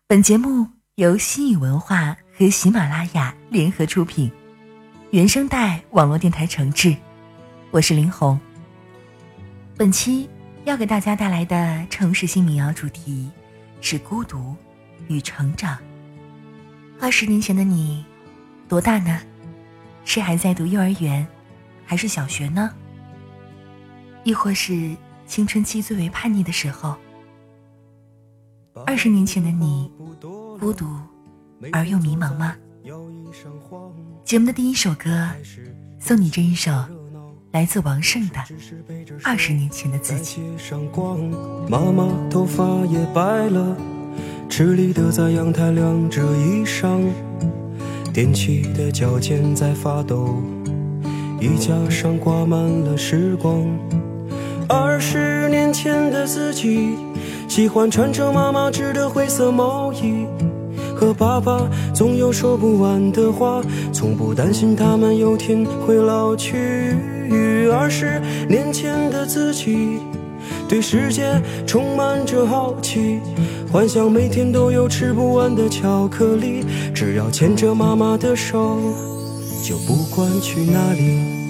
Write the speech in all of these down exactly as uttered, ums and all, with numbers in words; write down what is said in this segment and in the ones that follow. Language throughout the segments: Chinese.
本节目由西影文化和喜马拉雅联合出品，原声带网络电台承制。我是林红。本期要给大家带来的城市新民谣主题是孤独与成长。二十年前的你多大呢？是还在读幼儿园，还是小学呢？亦或是青春期最为叛逆的时候？二十年前的你孤独而又迷茫吗？节目的第一首歌送你这一首来自王胜的二十年前的自己。 妈妈头发也白了，吃力的在阳台晾着衣裳，踮起的脚尖在发抖，衣架上挂满了时光。二十年前的自己喜欢穿着妈妈织的灰色毛衣，和爸爸总有说不完的话，从不担心他们有天会老去。二十年前的自己对世界充满着好奇，幻想每天都有吃不完的巧克力，只要牵着妈妈的手就不管去哪里。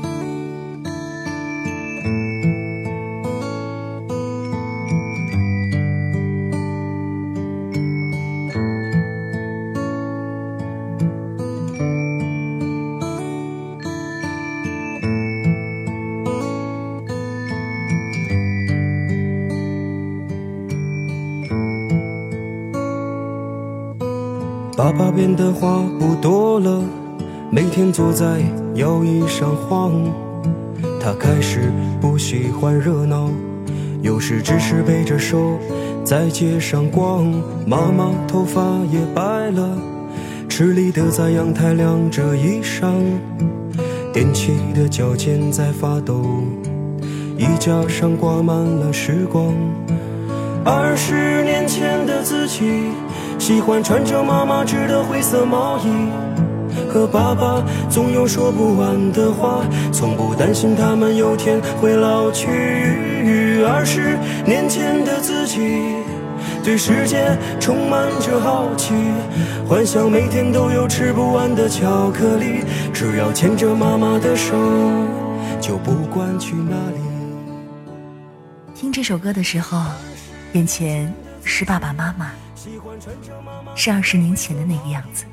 爸爸变得话不多了，每天坐在摇椅上晃。他开始不喜欢热闹，有时只是背着手在街上逛。妈妈头发也白了，吃力的在阳台晾着衣裳，踮起的脚尖在发抖，衣架上挂满了时光。二十年前的自己喜欢穿着妈妈织的灰色毛衣，和爸爸总有说不完的话，从不担心他们有天会老去。二十年前的自己对世界充满着好奇，幻想每天都有吃不完的巧克力，只要牵着妈妈的手就不管去哪里。 听这首歌的时候，眼前是爸爸妈妈，是二十年前的那个样子。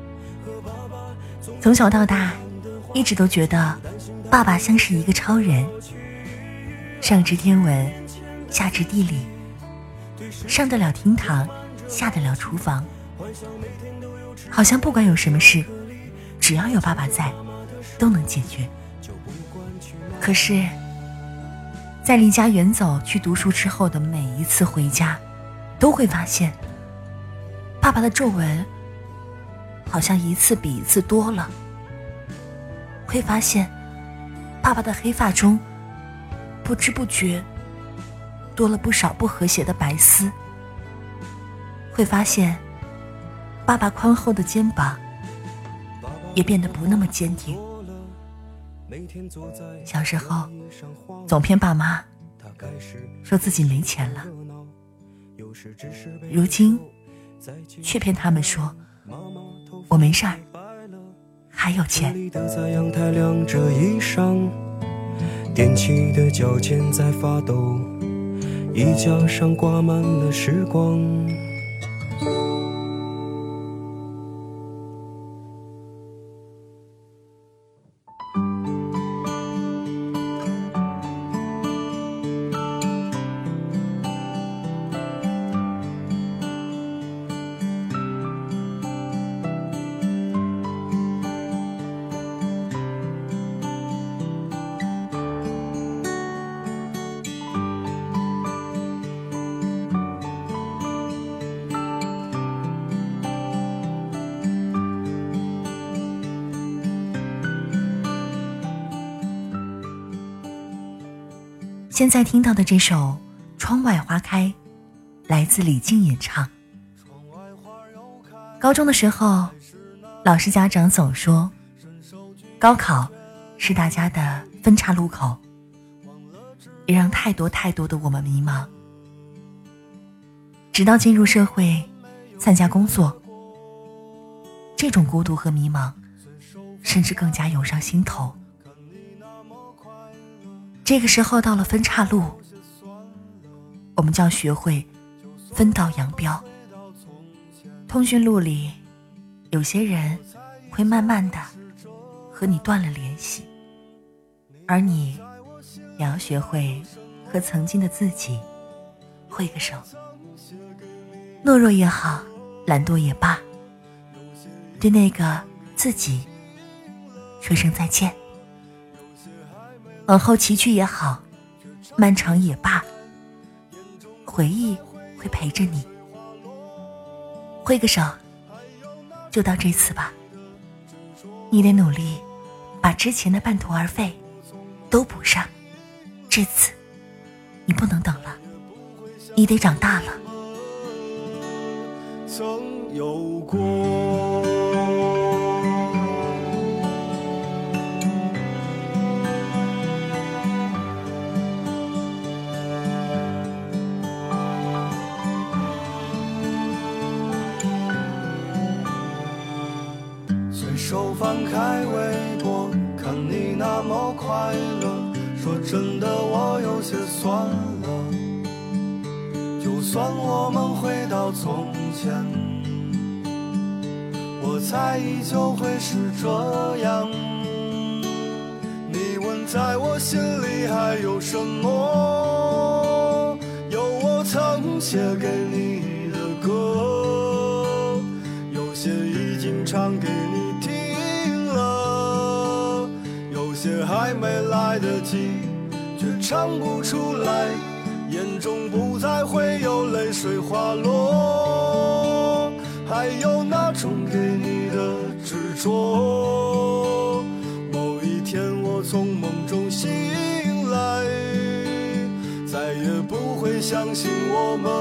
从小到大一直都觉得爸爸像是一个超人，上知天文下知地理，上得了厅堂下得了厨房，好像不管有什么事只要有爸爸在都能解决。可是在离家远走去读书之后的每一次回家，都会发现爸爸的皱纹好像一次比一次多了，会发现爸爸的黑发中不知不觉多了不少不和谐的白丝，会发现爸爸宽厚的肩膀也变得不那么坚定。小时候总骗爸妈说自己没钱了，如今却骗他们说我没事儿，还有钱。 在阳台晾着衣裳，踮起的脚尖在发抖，衣架上挂满了时光。 现在听到的这首《窗外花开》来自李静演唱。高中的时候，老师家长总说高考是大家的分岔路口，也让太多太多的我们迷茫。直到进入社会， 参加工作。这种孤独和迷茫甚至更加涌上心头。这个时候到了分岔路，我们就要学会分道扬镳。通讯录里有些人会慢慢的和你断了联系，而你也要学会和曾经的自己挥个手。懦弱也好，懒惰也罢，对那个自己说声再见。往后崎岖也好，漫长也罢，回忆会陪着你。挥个手，就到这次吧。你得努力把之前的半途而废都补上。这次你不能等了，你得长大了。 曾有过随手翻开微博，看你那么快乐，说真的我有些酸了。就算我们回到从前，我猜依旧会是这样。你问在我心里还有什么？有我曾写给你的歌，有些已经唱给你听了，有些还没来得及，却唱不出来，眼中不再会有泪水滑落。还有那种给你的执着，某一天我从梦中醒来，再也不会相信我们。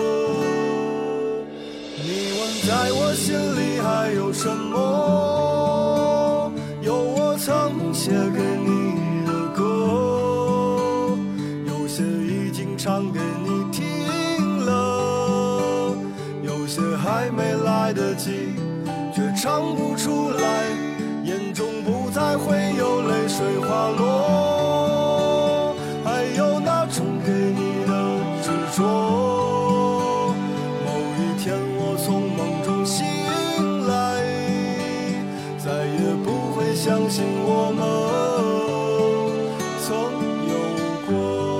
你问在我心里还有什么？有我曾写给你的歌，有些已经唱给你听了，有些还没来得及，却唱不出来，眼中不再会有泪水滑落。还有那种给你的执着，某一天我从梦中醒来，再也不会相信我们曾有过。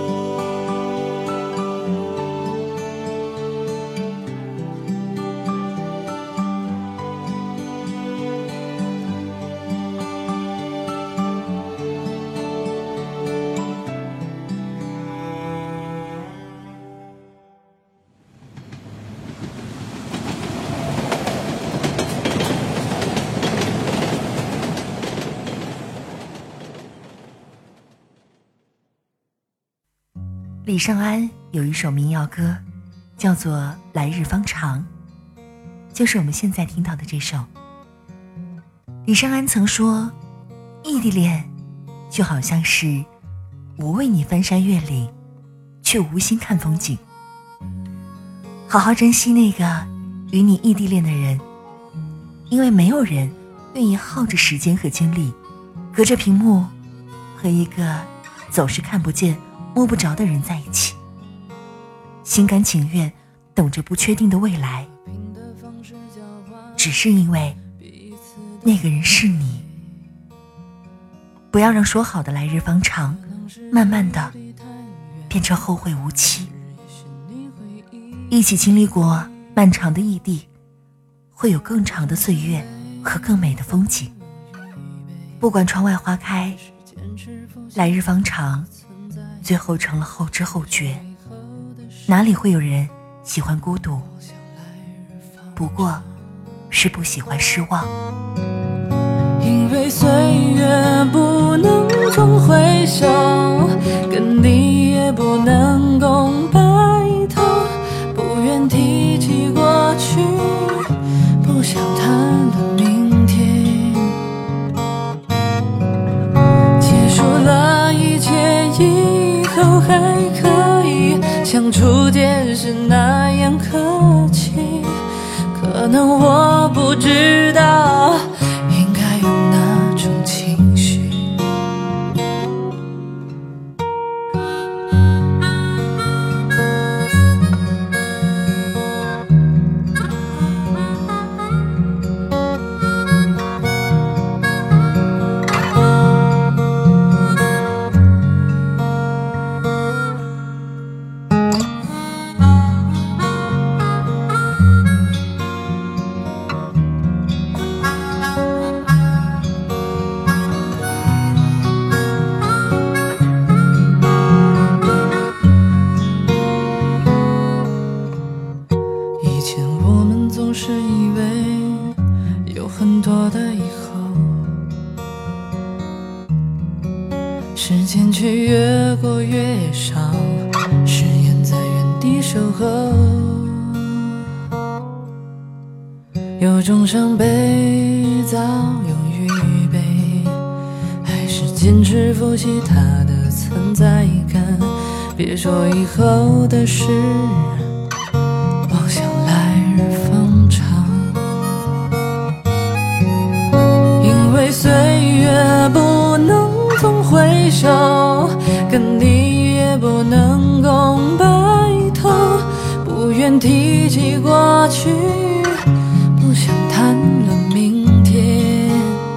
李尚安有一首民谣歌叫做《来日方长》，就是我们现在听到的这首。李尚安曾说，异地恋就好像是我为你翻山越岭，却无心看风景。好好珍惜那个与你异地恋的人，因为没有人愿意耗着时间和精力，隔着屏幕和一个总是看不见摸不着的人在一起，心甘情愿等着不确定的未来，只是因为那个人是你。不要让说好的来日方长慢慢的变成后会无期。一起经历过漫长的异地，会有更长的岁月和更美的风景。不管窗外花开，来日方长最后成了后知后觉。哪里会有人喜欢孤独？不过是不喜欢失望。 因为岁月不能重回首，跟你也不能共白头，不愿提起过去，不想谈论明天。结束了一切以后，还可以像初见时那样客气， 可能我不知道应该用哪种情绪。以前我们总是以为有很多的以后，时间却越过越少，誓言在原地守候。有种伤悲早有预备，还是坚持复习它的存在感。别说以后的事，妄想来日方长。因为岁月不能总回首，跟你也不能共白头，不愿提起过去，不想谈论明天。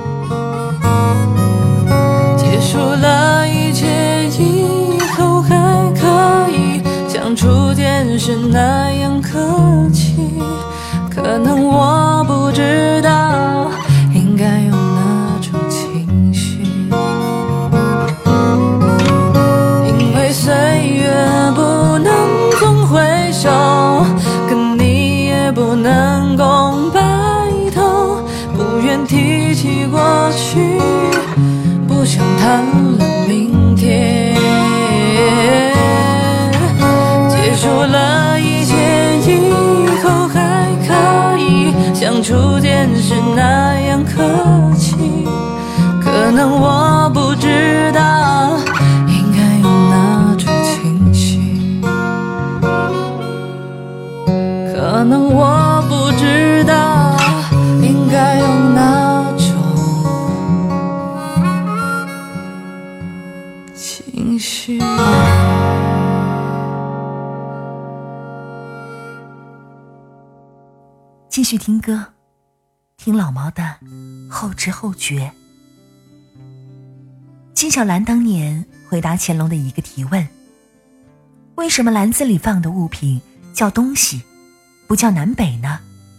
结束了一切以后，还可以像初见时那样客气。可能我不知道应该用哪种情绪，因为岁月不能总回首，跟你也不能共白头，不愿提起过去，不想谈论明天。结束了一切以后，还可以像初见时那样客气。可能我不知道应该用哪种情绪，可能我不知道应该用哪种情绪。 继续听歌，听老毛的后知后觉。金小兰当年回答乾隆的一个提问：为什么篮子里放的物品叫东西，不叫南北呢？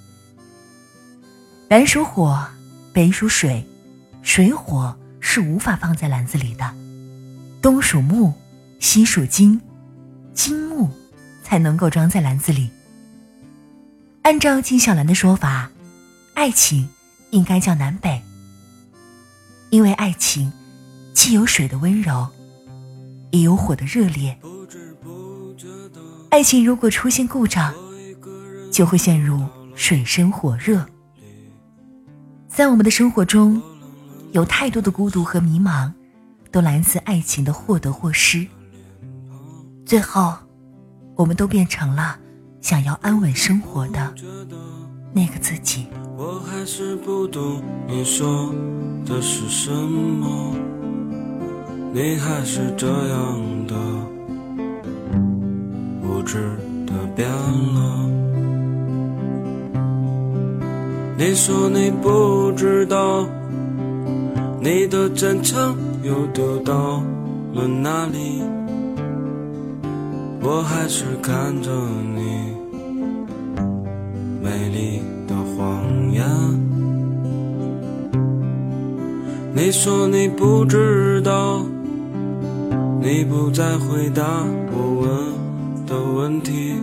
南属火，北属水，水火是无法放在篮子里的。东属木，西属金，金木才能够装在篮子里。按照金小兰的说法，爱情应该叫南北，因为爱情既有水的温柔，也有火的热烈。爱情如果出现故障，就会陷入水深火热。在我们的生活中，有太多的孤独和迷茫，都来自爱情的或得或失。最后，我们都变成了想要安稳生活的那个自己。 我还是不懂你说的是什么，你还是这样的无知的变了。你说你不知道你的真诚又丢到了哪里，我还是看着你美丽的谎言。你说你不知道，你不再回答我问的问题，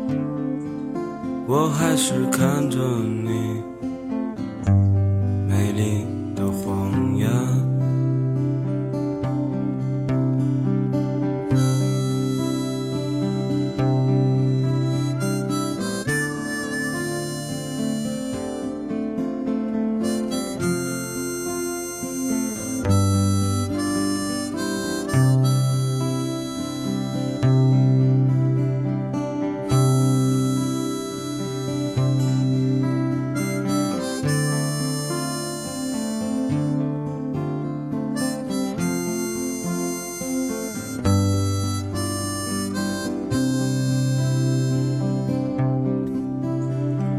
我还是看着你美丽的谎言。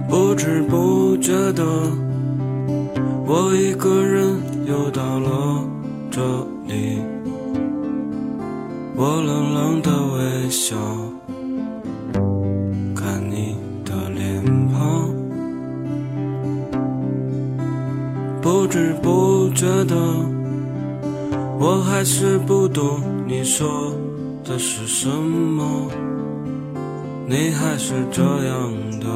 不知不觉的，我一个人又到了这里，我冷冷的微笑，看你的脸庞。不知不觉的，我还是不懂你说的是什么，你还是这样的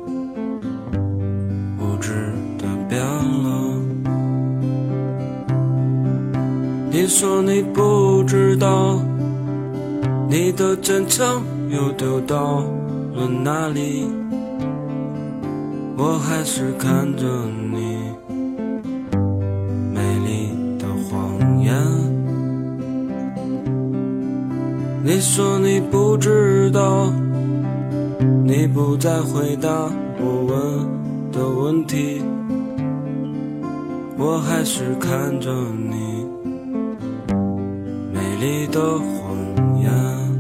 无知的变了。你说你不知道，你的坚强又丢到了哪里，我还是看着你美丽的谎言。你说你不知道，你不再回答我问的问题，我还是看着你美丽的谎言。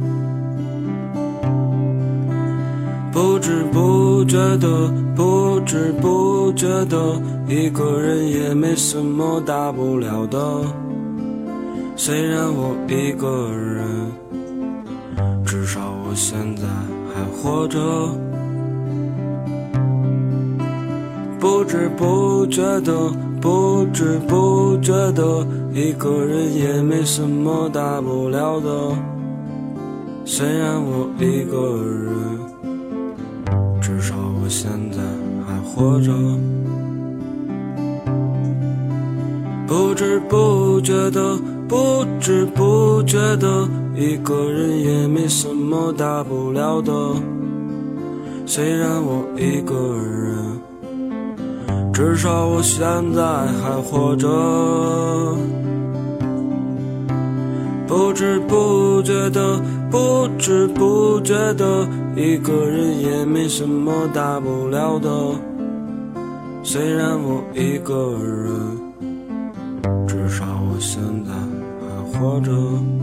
不知不觉的，不知不觉的，一个人也没什么大不了的，虽然我一个人，至少我现在还活着。不知不觉的，不知不觉的，一个人也没什么大不了的，虽然我一个人，至少我现在还活着。不知不觉的，不知不觉的，一个人也没什么大不了的，虽然我一个人，至少我现在还活着。不知不觉的，不知不觉的，一个人也没什么大不了的，虽然我一个人，至少我现在还活着。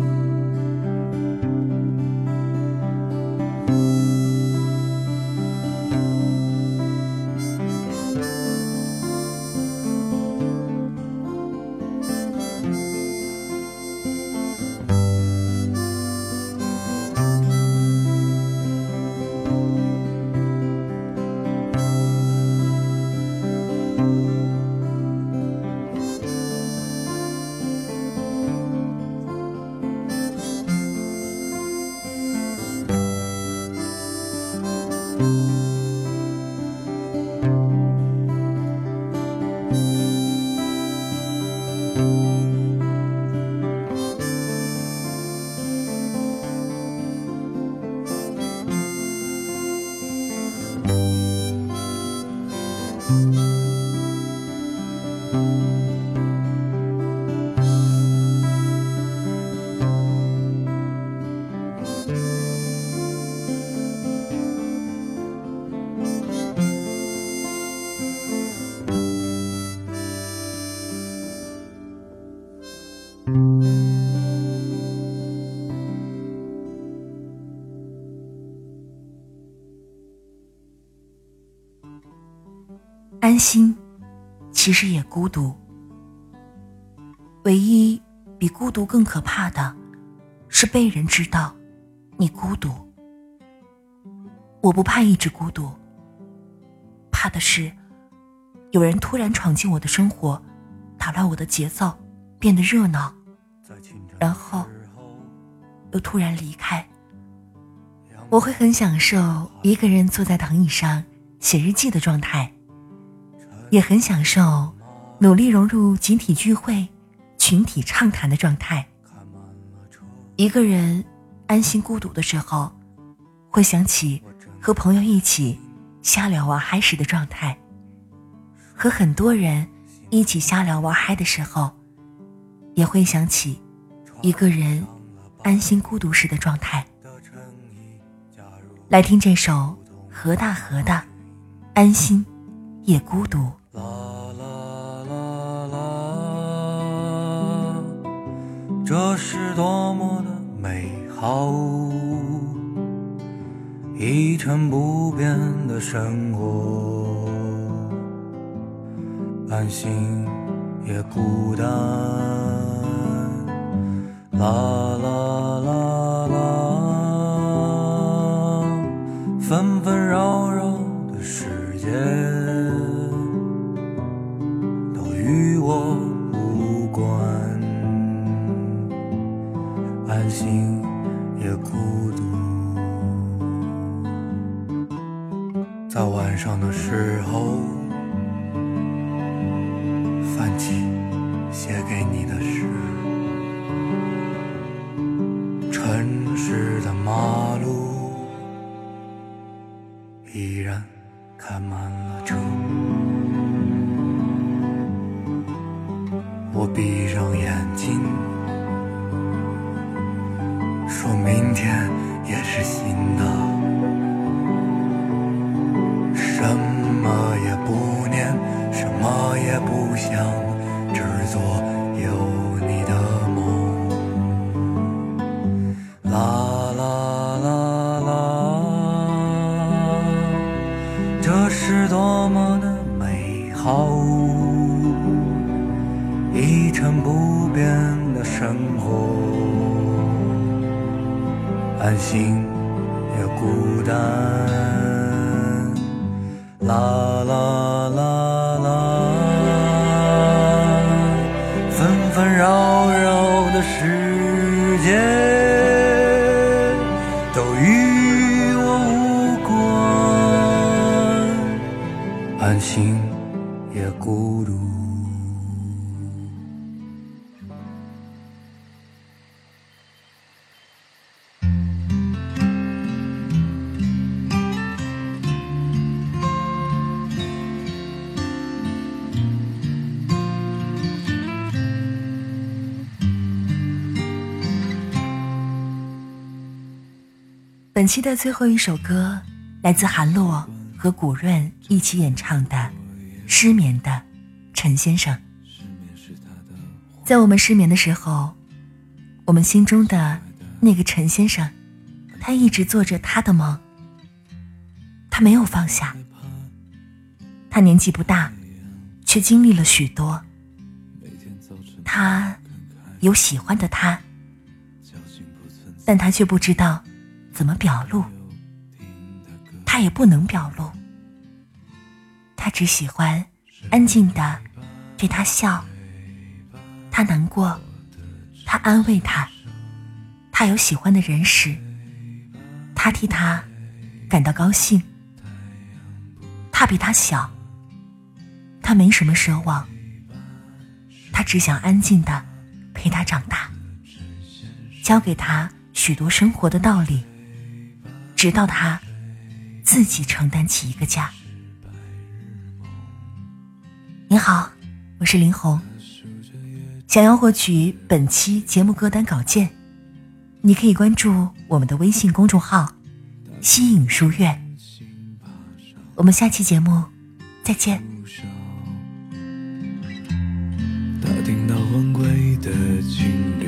安心其实也孤独，唯一比孤独更可怕的是被人知道你孤独。我不怕一直孤独，怕的是有人突然闯进我的生活，打乱我的节奏，变得热闹，然后又突然离开。我会很享受一个人坐在躺椅上写日记的状态，也很享受努力融入集体聚会、群体畅谈的状态。一个人安心孤独的时候，会想起和朋友一起瞎聊玩嗨时的状态，和很多人一起瞎聊玩嗨的时候，也会想起一个人安心孤独时的状态。来听这首何大河的《安心也孤独》。 啦啦啦啦，这是多么的美好，一成不变的生活。 安心也孤单，啦啦啦啦，纷纷扰扰的世界都与我无关，安心也孤独。在晚上的时候泛起写给你的诗，城市的马路依然开满了车，我闭上眼睛，说明天也是新的，什么也不念，什么也不想，只做有你的梦。啦啦啦啦，这是多么的美好，一成不变的生活，安心也孤单。啦啦啦啦，纷纷扰扰的世界都与我无关，安心也孤独。 本期的最后一首歌来自韩洛和古润一起演唱的《失眠的陈先生》。在我们失眠的时候，我们心中的那个陈先生，他一直做着他的梦，他没有放下。他年纪不大，却经历了许多。他有喜欢的他，但他却不知道怎么表露，他也不能表露，他只喜欢安静地对他笑，他难过，他安慰他，他有喜欢的人时，他替他感到高兴。他比他小，他没什么奢望，他只想安静地陪他长大，教给他许多生活的道理，直到他自己承担起一个家。你好，我是林红。想要获取本期节目歌单稿件，你可以关注我们的微信公众号西影书院。我们下期节目再见。 他听到晚归的警